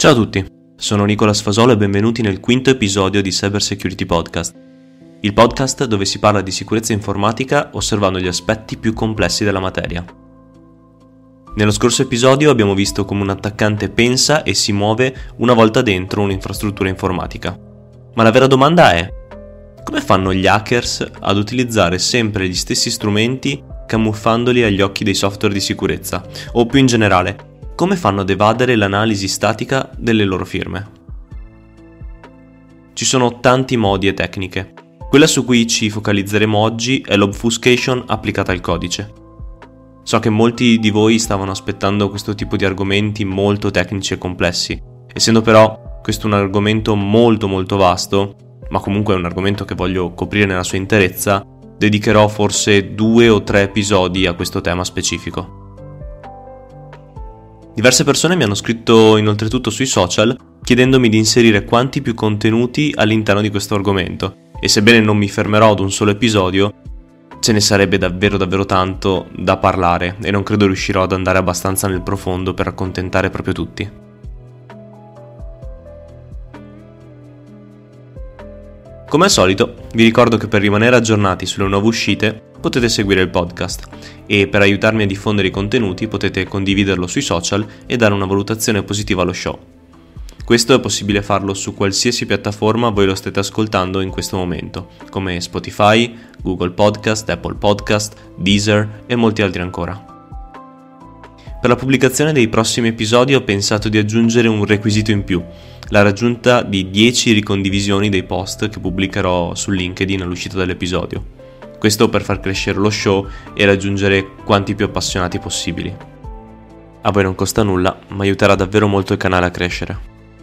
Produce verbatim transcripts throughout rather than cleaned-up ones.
Ciao a tutti, sono Nicola Sfasolo e benvenuti nel quinto episodio di Cyber Security Podcast, il podcast dove si parla di sicurezza informatica osservando gli aspetti più complessi della materia. Nello scorso episodio abbiamo visto come un attaccante pensa e si muove una volta dentro un'infrastruttura informatica. Ma la vera domanda è: come fanno gli hackers ad utilizzare sempre gli stessi strumenti camuffandoli agli occhi dei software di sicurezza? O più in generale, come fanno ad evadere l'analisi statica delle loro firme? Ci sono tanti modi e tecniche. Quella su cui ci focalizzeremo oggi è l'obfuscation applicata al codice. So che molti di voi stavano aspettando questo tipo di argomenti molto tecnici e complessi. Essendo però questo un argomento molto molto vasto, ma comunque è un argomento che voglio coprire nella sua interezza, dedicherò forse due o tre episodi a questo tema specifico. Diverse persone mi hanno scritto inoltretutto sui social chiedendomi di inserire quanti più contenuti all'interno di questo argomento, e sebbene non mi fermerò ad un solo episodio, ce ne sarebbe davvero davvero tanto da parlare e non credo riuscirò ad andare abbastanza nel profondo per accontentare proprio tutti. Come al solito, vi ricordo che per rimanere aggiornati sulle nuove uscite potete seguire il podcast e per aiutarmi a diffondere i contenuti potete condividerlo sui social e dare una valutazione positiva allo show. Questo è possibile farlo su qualsiasi piattaforma voi lo state ascoltando in questo momento, come Spotify, Google Podcast, Apple Podcast, Deezer e molti altri ancora. Per la pubblicazione dei prossimi episodi ho pensato di aggiungere un requisito in più, la raggiunta di dieci ricondivisioni dei post che pubblicherò su LinkedIn all'uscita dell'episodio. Questo per far crescere lo show e raggiungere quanti più appassionati possibili. A voi non costa nulla, ma aiuterà davvero molto il canale a crescere.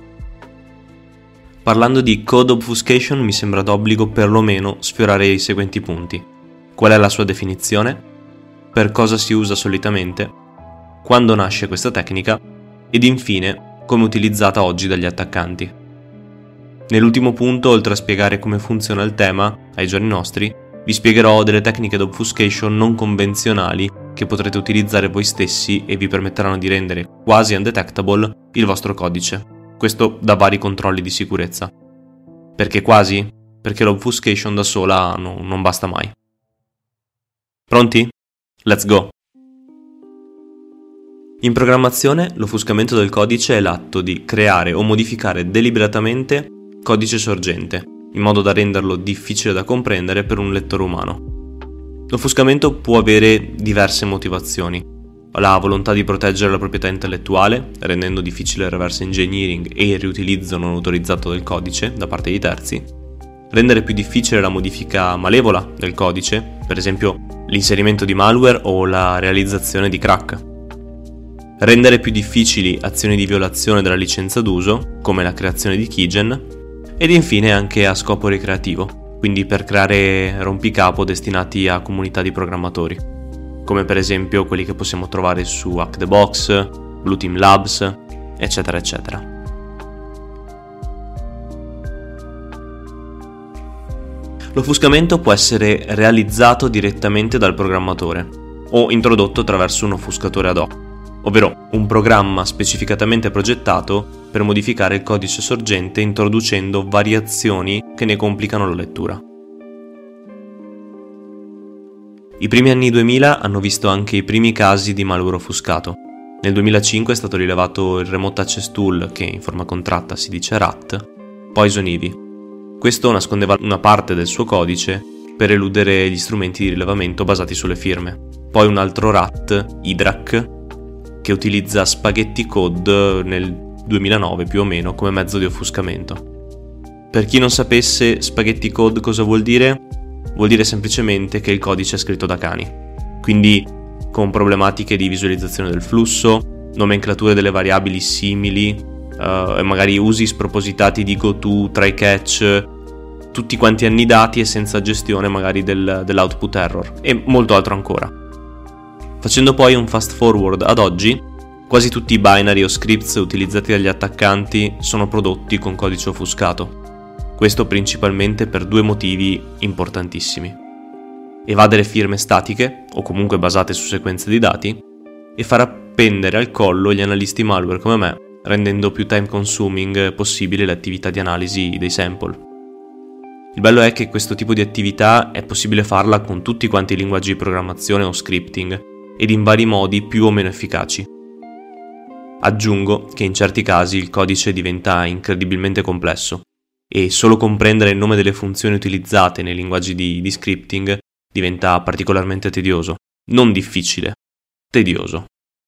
Parlando di code obfuscation mi sembra d'obbligo perlomeno sfiorare i seguenti punti. Qual è la sua definizione? Per cosa si usa solitamente? Quando nasce questa tecnica? Ed infine, come utilizzata oggi dagli attaccanti. Nell'ultimo punto, oltre a spiegare come funziona il tema, ai giorni nostri, vi spiegherò delle tecniche di obfuscation non convenzionali che potrete utilizzare voi stessi e vi permetteranno di rendere quasi undetectable il vostro codice. Questo da vari controlli di sicurezza. Perché quasi? Perché l'obfuscation da sola no, non basta mai. Pronti? Let's go! In programmazione, l'offuscamento del codice è l'atto di creare o modificare deliberatamente codice sorgente, in modo da renderlo difficile da comprendere per un lettore umano. L'offuscamento può avere diverse motivazioni: la volontà di proteggere la proprietà intellettuale, rendendo difficile il reverse engineering e il riutilizzo non autorizzato del codice da parte di terzi; rendere più difficile la modifica malevola del codice, per esempio l'inserimento di malware o la realizzazione di crack; rendere più difficili azioni di violazione della licenza d'uso, come la creazione di keygen; ed infine anche a scopo ricreativo, quindi per creare rompicapo destinati a comunità di programmatori, come per esempio quelli che possiamo trovare su Hack the Box, Blue Team Labs, eccetera eccetera. L'offuscamento può essere realizzato direttamente dal programmatore o introdotto attraverso un offuscatore ad hoc, ovvero un programma specificatamente progettato per modificare il codice sorgente introducendo variazioni che ne complicano la lettura. I primi anni duemila hanno visto anche i primi casi di malware offuscato. Nel duemilacinque è stato rilevato il Remote Access Tool, che in forma contratta si dice R A T, Poison Ivy. Questo nascondeva una parte del suo codice per eludere gli strumenti di rilevamento basati sulle firme. Poi un altro R A T, Hydrak, che utilizza Spaghetti Code nel duemilanove più o meno come mezzo di offuscamento. Per chi non sapesse, Spaghetti Code cosa vuol dire? Vuol dire semplicemente che il codice è scritto da cani, quindi con problematiche di visualizzazione del flusso, nomenclature delle variabili simili, uh, e magari usi spropositati di goto, try catch, tutti quanti annidati e senza gestione magari del, dell'output error, e molto altro ancora. Facendo poi un fast forward ad oggi, quasi tutti i binary o scripts utilizzati dagli attaccanti sono prodotti con codice offuscato. Questo principalmente per due motivi importantissimi: evadere firme statiche, o comunque basate su sequenze di dati, e far appendere al collo gli analisti malware come me rendendo più time consuming possibile l'attività di analisi dei sample. Il bello è che questo tipo di attività è possibile farla con tutti quanti i linguaggi di programmazione o scripting ed in vari modi più o meno efficaci. Aggiungo che in certi casi il codice diventa incredibilmente complesso e solo comprendere il nome delle funzioni utilizzate nei linguaggi di, di scripting diventa particolarmente tedioso, non difficile, tedioso.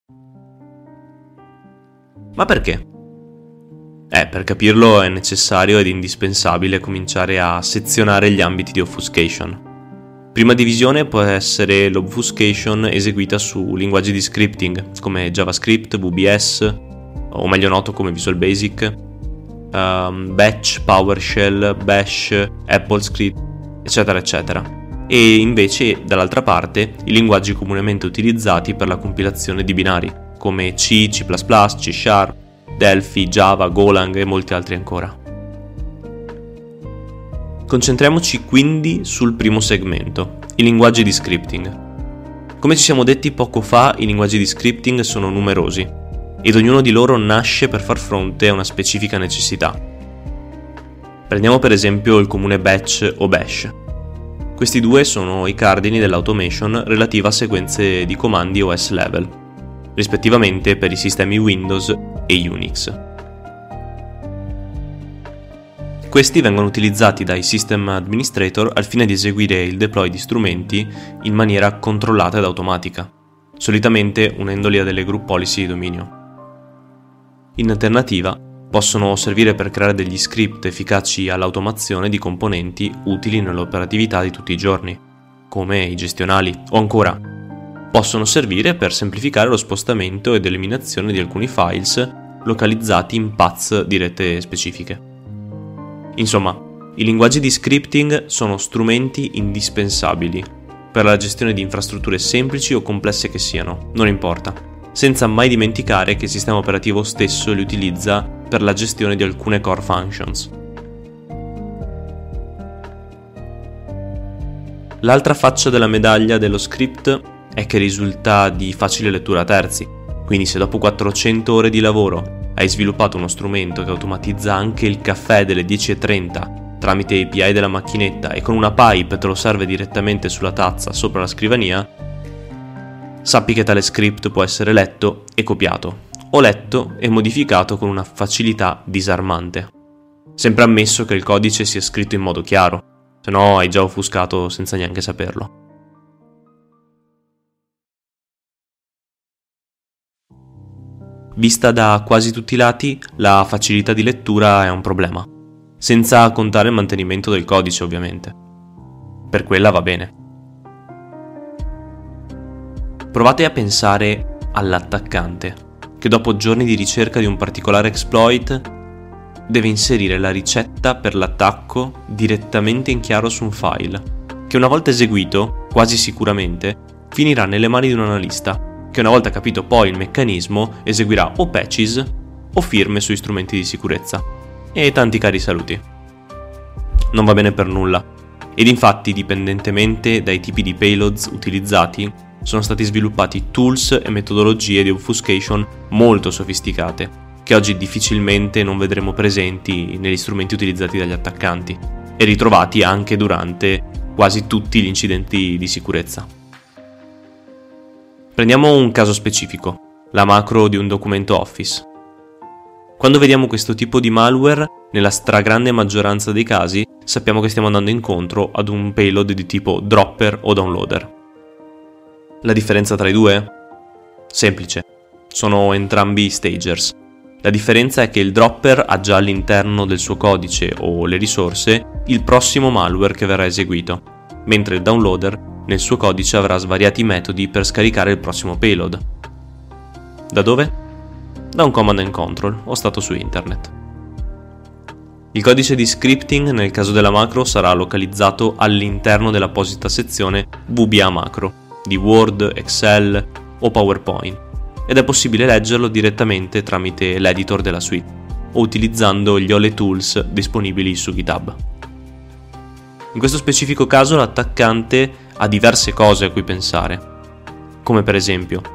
Ma perché? Eh, per capirlo è necessario ed indispensabile cominciare a sezionare gli ambiti di obfuscation. Prima divisione può essere l'obfuscation eseguita su linguaggi di scripting come JavaScript, V B S, o meglio noto come Visual Basic, um, Batch, PowerShell, Bash, AppleScript, eccetera eccetera. E invece, dall'altra parte, i linguaggi comunemente utilizzati per la compilazione di binari, come C, C plus plus, C Sharp, Delphi, Java, Golang e molti altri ancora. Concentriamoci quindi sul primo segmento, i linguaggi di scripting. Come ci siamo detti poco fa, i linguaggi di scripting sono numerosi ed ognuno di loro nasce per far fronte a una specifica necessità. Prendiamo per esempio il comune batch o bash. Questi due sono i cardini dell'automation relativa a sequenze di comandi O S level, rispettivamente per i sistemi Windows e Unix. Questi vengono utilizzati dai system administrator al fine di eseguire il deploy di strumenti in maniera controllata ed automatica, solitamente unendoli a delle group policy di dominio. In alternativa, possono servire per creare degli script efficaci all'automazione di componenti utili nell'operatività di tutti i giorni, come i gestionali, o ancora possono servire per semplificare lo spostamento ed eliminazione di alcuni files localizzati in paths di rete specifiche. Insomma, i linguaggi di scripting sono strumenti indispensabili per la gestione di infrastrutture semplici o complesse che siano, non importa, senza mai dimenticare che il sistema operativo stesso li utilizza per la gestione di alcune core functions. L'altra faccia della medaglia dello script è che risulta di facile lettura a terzi, quindi se dopo quattrocento ore di lavoro hai sviluppato uno strumento che automatizza anche il caffè delle dieci e trenta tramite A P I della macchinetta e con una pipe te lo serve direttamente sulla tazza sopra la scrivania, sappi che tale script può essere letto e copiato, o letto e modificato con una facilità disarmante. Sempre ammesso che il codice sia scritto in modo chiaro, se no hai già offuscato senza neanche saperlo. Vista da quasi tutti i lati, la facilità di lettura è un problema, senza contare il mantenimento del codice ovviamente. Per quella va bene. Provate a pensare all'attaccante, che dopo giorni di ricerca di un particolare exploit deve inserire la ricetta per l'attacco direttamente in chiaro su un file, che una volta eseguito, quasi sicuramente, finirà nelle mani di un analista, che una volta capito poi il meccanismo eseguirà o patches o firme sui strumenti di sicurezza. E tanti cari saluti. Non va bene per nulla, ed infatti dipendentemente dai tipi di payloads utilizzati sono stati sviluppati tools e metodologie di obfuscation molto sofisticate, che oggi difficilmente non vedremo presenti negli strumenti utilizzati dagli attaccanti e ritrovati anche durante quasi tutti gli incidenti di sicurezza. Prendiamo un caso specifico, la macro di un documento Office. Quando vediamo questo tipo di malware, nella stragrande maggioranza dei casi sappiamo che stiamo andando incontro ad un payload di tipo dropper o downloader. La differenza tra i due? Semplice, sono entrambi stagers. La differenza è che il dropper ha già all'interno del suo codice o le risorse il prossimo malware che verrà eseguito, mentre il downloader nel suo codice avrà svariati metodi per scaricare il prossimo payload. Da dove? Da un command and control o stato su internet. Il codice di scripting nel caso della macro sarà localizzato all'interno dell'apposita sezione V B A macro di Word, Excel o PowerPoint ed è possibile leggerlo direttamente tramite l'editor della suite o utilizzando gli O L E tools disponibili su GitHub. In questo specifico caso l'attaccante ha diverse cose a cui pensare, come per esempio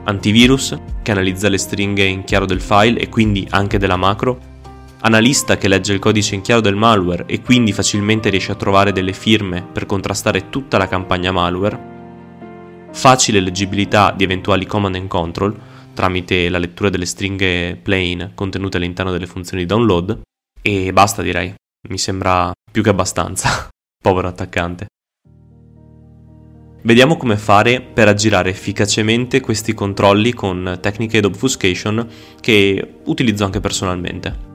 antivirus, che analizza le stringhe in chiaro del file e quindi anche della macro, analista che legge il codice in chiaro del malware e quindi facilmente riesce a trovare delle firme per contrastare tutta la campagna malware, facile leggibilità di eventuali command and control tramite la lettura delle stringhe plain contenute all'interno delle funzioni download, e basta, direi. Mi sembra più che abbastanza. Povero attaccante. Vediamo come fare per aggirare efficacemente questi controlli con tecniche di obfuscation che utilizzo anche personalmente.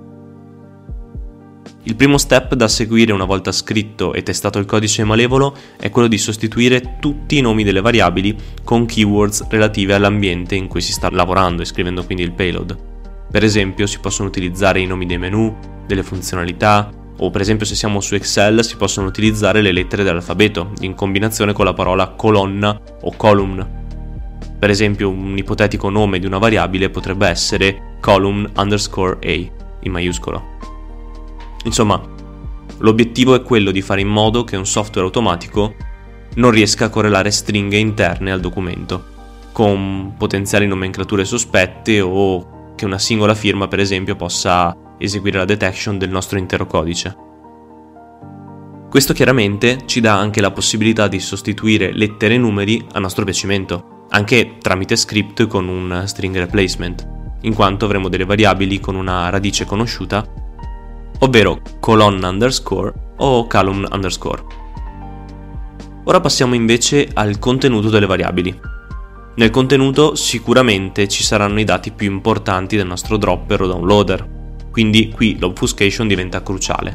Il primo step da seguire una volta scritto e testato il codice malevolo è quello di sostituire tutti i nomi delle variabili con keywords relative all'ambiente in cui si sta lavorando e scrivendo quindi il payload. Per esempio si possono utilizzare i nomi dei menu, delle funzionalità, o per esempio se siamo su Excel si possono utilizzare le lettere dell'alfabeto in combinazione con la parola colonna o column. Per esempio un ipotetico nome di una variabile potrebbe essere column underscore a in maiuscolo. Insomma, l'obiettivo è quello di fare in modo che un software automatico non riesca a correlare stringhe interne al documento, con potenziali nomenclature sospette o che una singola firma, per esempio, possa eseguire la detection del nostro intero codice. Questo chiaramente ci dà anche la possibilità di sostituire lettere e numeri a nostro piacimento, anche tramite script con un string replacement, in quanto avremo delle variabili con una radice conosciuta, ovvero colonna underscore o column underscore. Ora passiamo invece al contenuto delle variabili. Nel contenuto sicuramente ci saranno i dati più importanti del nostro dropper o downloader, quindi qui l'obfuscation diventa cruciale.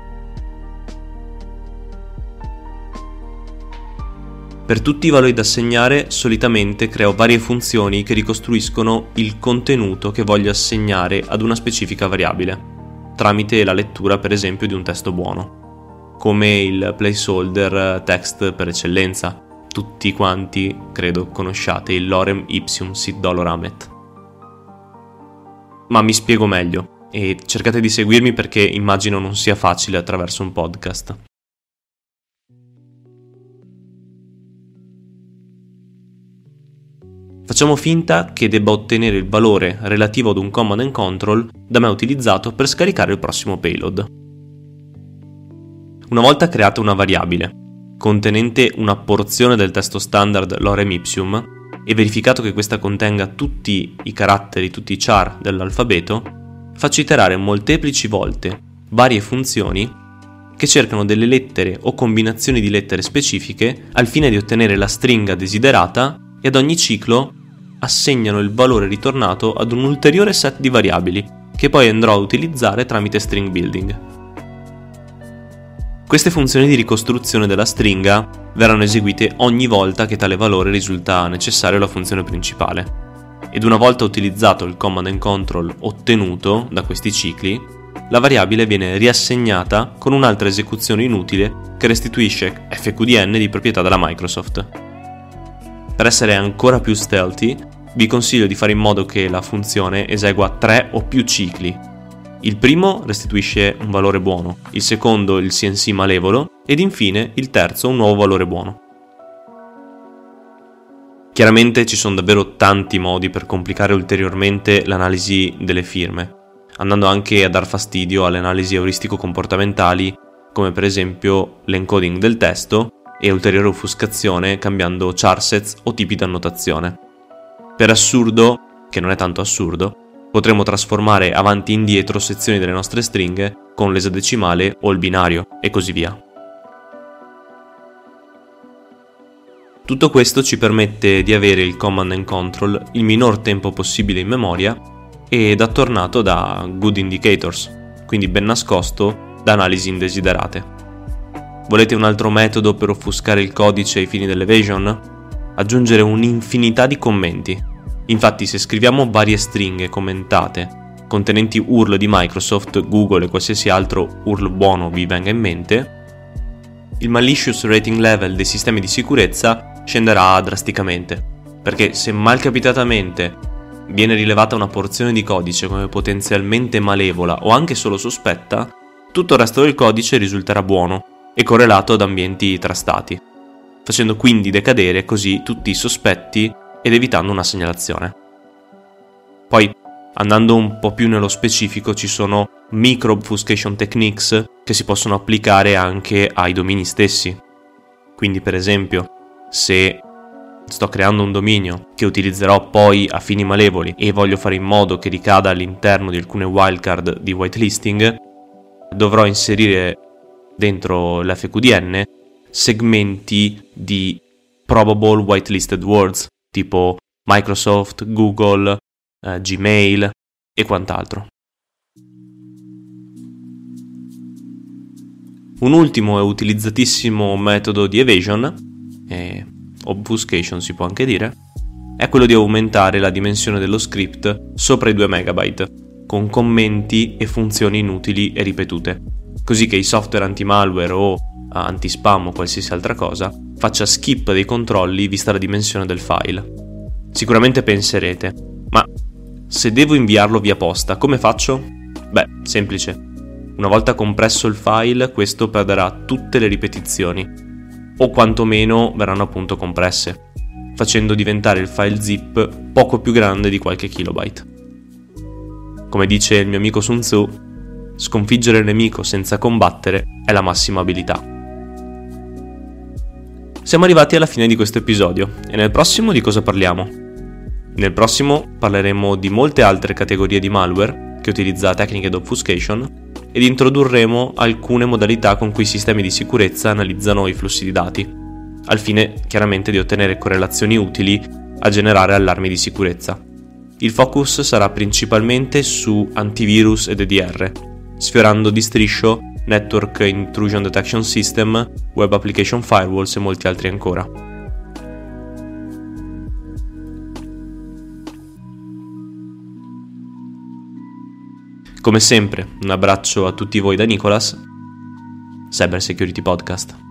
Per tutti i valori da assegnare solitamente creo varie funzioni che ricostruiscono il contenuto che voglio assegnare ad una specifica variabile, tramite la lettura per esempio di un testo buono, come il placeholder text per eccellenza. Tutti quanti credo conosciate il lorem ipsum sit dolor amet. Ma mi spiego meglio e cercate di seguirmi perché immagino non sia facile attraverso un podcast. Facciamo finta che debba ottenere il valore relativo ad un command and control da me utilizzato per scaricare il prossimo payload. Una volta creata una variabile contenente una porzione del testo standard lorem ipsum e verificato che questa contenga tutti i caratteri, tutti i char dell'alfabeto, faccio iterare molteplici volte varie funzioni che cercano delle lettere o combinazioni di lettere specifiche al fine di ottenere la stringa desiderata, e ad ogni ciclo assegnano il valore ritornato ad un ulteriore set di variabili che poi andrò a utilizzare tramite string building. Queste funzioni di ricostruzione della stringa verranno eseguite ogni volta che tale valore risulta necessario alla funzione principale, ed una volta utilizzato il command and control ottenuto da questi cicli, la variabile viene riassegnata con un'altra esecuzione inutile che restituisce F Q D N di proprietà della Microsoft. Per essere ancora più stealthy, vi consiglio di fare in modo che la funzione esegua tre o più cicli. Il primo restituisce un valore buono, il secondo il C N C malevolo ed infine il terzo un nuovo valore buono. Chiaramente ci sono davvero tanti modi per complicare ulteriormente l'analisi delle firme, andando anche a dar fastidio alle analisi euristico-comportamentali, come per esempio l'encoding del testo e ulteriore offuscazione cambiando charsets o tipi di annotazione. Per assurdo, che non è tanto assurdo, potremo trasformare avanti e indietro sezioni delle nostre stringhe con l'esadecimale o il binario e così via. Tutto questo ci permette di avere il command and control il minor tempo possibile in memoria ed attornato da good indicators, quindi ben nascosto da analisi indesiderate. Volete un altro metodo per offuscare il codice ai fini dell'evasion? Aggiungere un'infinità di commenti. Infatti, se scriviamo varie stringhe commentate contenenti U R L di Microsoft, Google e qualsiasi altro U R L buono vi venga in mente, il malicious rating level dei sistemi di sicurezza scenderà drasticamente, perché se malcapitatamente viene rilevata una porzione di codice come potenzialmente malevola o anche solo sospetta, tutto il resto del codice risulterà buono e correlato ad ambienti trustati, facendo quindi decadere così tutti i sospetti ed evitando una segnalazione. Poi, andando un po' più nello specifico, ci sono micro obfuscation techniques che si possono applicare anche ai domini stessi. Quindi, per esempio, se sto creando un dominio che utilizzerò poi a fini malevoli e voglio fare in modo che ricada all'interno di alcune wildcard di whitelisting, dovrò inserire dentro l'F Q D N segmenti di probable whitelisted words tipo Microsoft, Google, eh, Gmail e quant'altro. Un ultimo e utilizzatissimo metodo di evasion, e obfuscation si può anche dire, è quello di aumentare la dimensione dello script sopra i due megabyte con commenti e funzioni inutili e ripetute, così che i software anti-malware o anti-spam o qualsiasi altra cosa faccia skip dei controlli vista la dimensione del file. Sicuramente penserete, ma se devo inviarlo via posta, come faccio? Beh, semplice. Una volta compresso il file, questo perderà tutte le ripetizioni, o quantomeno verranno appunto compresse, facendo diventare il file zip poco più grande di qualche kilobyte. Come dice il mio amico Sun Tzu, sconfiggere il nemico senza combattere è la massima abilità. Siamo arrivati alla fine di questo episodio e nel prossimo di cosa parliamo? Nel prossimo parleremo di molte altre categorie di malware che utilizza tecniche di obfuscation ed introdurremo alcune modalità con cui i sistemi di sicurezza analizzano i flussi di dati, al fine chiaramente di ottenere correlazioni utili a generare allarmi di sicurezza. Il focus sarà principalmente su antivirus e D D R, sfiorando di striscio Network Intrusion Detection System, Web Application Firewalls e molti altri ancora. Come sempre, un abbraccio a tutti voi da Nicolas, Cyber Security Podcast.